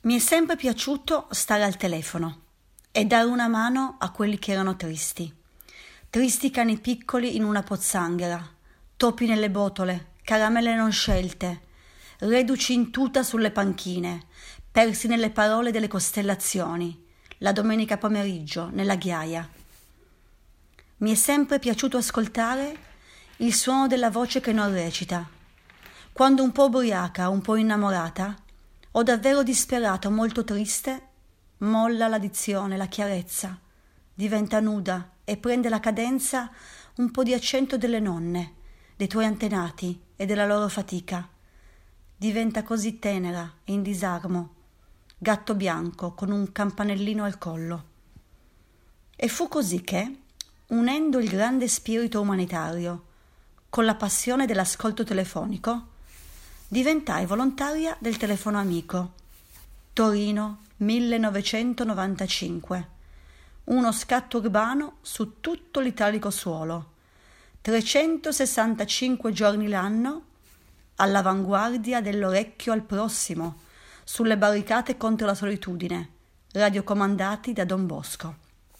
Mi è sempre piaciuto stare al telefono e dare una mano a quelli che erano tristi. Tristi cani piccoli in una pozzanghera, topi nelle botole, caramelle non scelte, reduci in tuta sulle panchine, persi nelle parole delle costellazioni, la domenica pomeriggio nella ghiaia. Mi è sempre piaciuto ascoltare il suono della voce che non recita. Quando un po' ubriaca, un po' innamorata, o davvero disperata o molto triste, molla la dizione, la chiarezza, diventa nuda e prende la cadenza un po' di accento delle nonne, dei tuoi antenati e della loro fatica. Diventa così tenera e in disarmo, gatto bianco con un campanellino al collo. E fu così che, unendo il grande spirito umanitario con la passione dell'ascolto telefonico, diventai volontaria del telefono amico. Torino 1995. Uno scatto urbano su tutto l'italico suolo. 365 giorni l'anno, all'avanguardia dell'orecchio al prossimo, sulle barricate contro la solitudine, radiocomandati da Don Bosco.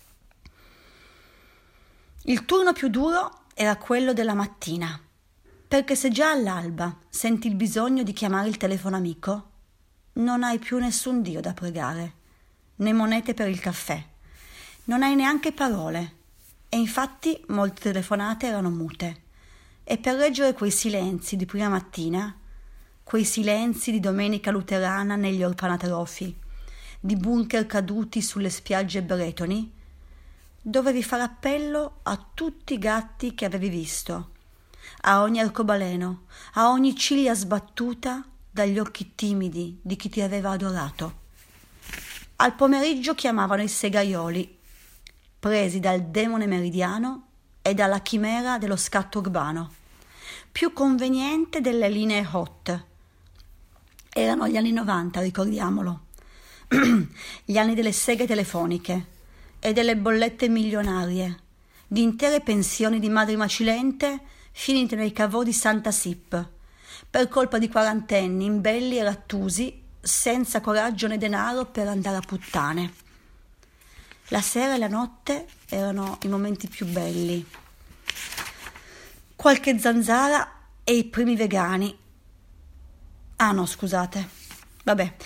Il turno più duro era quello della mattina, perché se già all'alba senti il bisogno di chiamare il telefono amico, non hai più nessun Dio da pregare, né monete per il caffè, non hai neanche parole, e infatti molte telefonate erano mute, e per reggere quei silenzi di prima mattina, quei silenzi di domenica luterana negli orfanatrofi, di bunker caduti sulle spiagge bretoni, dovevi fare appello a tutti i gatti che avevi visto, a ogni arcobaleno, a ogni ciglia sbattuta dagli occhi timidi di chi ti aveva adorato. Al pomeriggio chiamavano i segaioli, presi dal demone meridiano e dalla chimera dello scatto urbano, più conveniente delle linee hot. Erano gli anni 90, ricordiamolo, gli anni delle seghe telefoniche e delle bollette milionarie, di intere pensioni di madri macilente finite nei cavò di Santa Sip, per colpa di quarantenni imbelli e rattusi, senza coraggio né denaro per andare a puttane. La sera e la notte erano i momenti più belli. Qualche zanzara e i primi vegani. Ah no, scusate. Vabbè,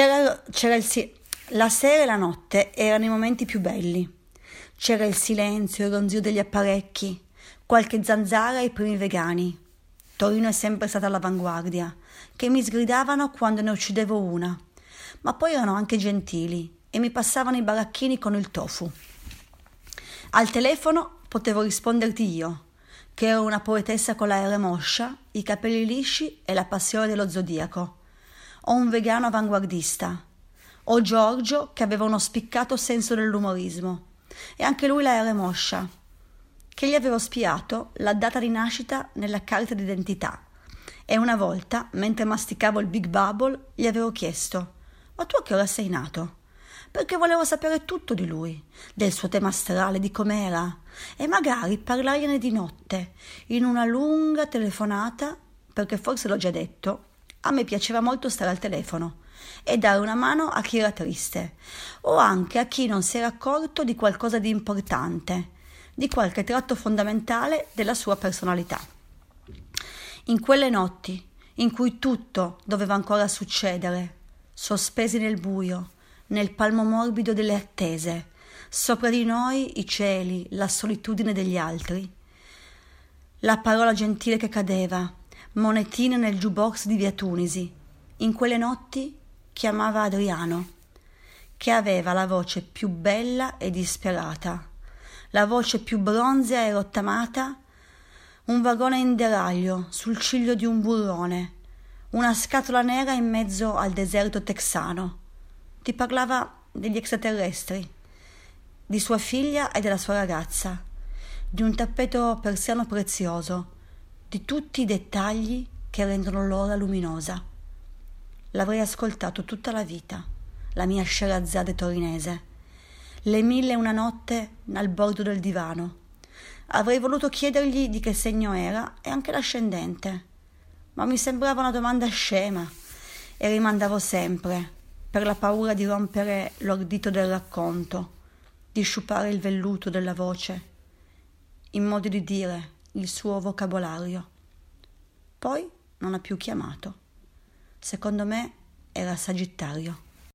la sera e la notte erano i momenti più belli. C'era il silenzio, il ronzio degli apparecchi, qualche zanzara e i primi vegani. Torino è sempre stata all'avanguardia, che mi sgridavano quando ne uccidevo una, ma poi erano anche gentili e mi passavano i baracchini con il tofu. Al telefono potevo risponderti io, che ero una poetessa con la R moscia, i capelli lisci e la passione dello zodiaco, o un vegano avanguardista, o Giorgio che aveva uno spiccato senso dell'umorismo, e anche lui la R moscia, che gli avevo spiato la data di nascita nella carta d'identità, e una volta, mentre masticavo il Big Bubble, gli avevo chiesto: «Ma tu a che ora sei nato?» Perché volevo sapere tutto di lui, del suo tema astrale, di com'era, e magari parlargliene di notte, in una lunga telefonata, perché forse l'ho già detto, a me piaceva molto stare al telefono e dare una mano a chi era triste, o anche a chi non si era accorto di qualcosa di importante, di qualche tratto fondamentale della sua personalità. In quelle notti in cui tutto doveva ancora succedere, sospesi nel buio, nel palmo morbido delle attese, sopra di noi i cieli, la solitudine degli altri, la parola gentile che cadeva, monetine nel jukebox di via Tunisi, in quelle notti chiamava Adriano, che aveva la voce più bella e disperata, la voce più bronzea e rottamata, un vagone in deraglio sul ciglio di un burrone, una scatola nera in mezzo al deserto texano. Ti parlava degli extraterrestri, di sua figlia e della sua ragazza, di un tappeto persiano prezioso, di tutti i dettagli che rendono l'ora luminosa. L'avrei ascoltato tutta la vita, la mia Sherazade torinese, le 1001 notte al bordo del divano. Avrei voluto chiedergli di che segno era e anche l'ascendente, ma mi sembrava una domanda scema e rimandavo sempre. per la paura di rompere l'ordito del racconto, di sciupare il velluto della voce, in modo di dire il suo vocabolario. Poi non ha più chiamato. Secondo me era Sagittario.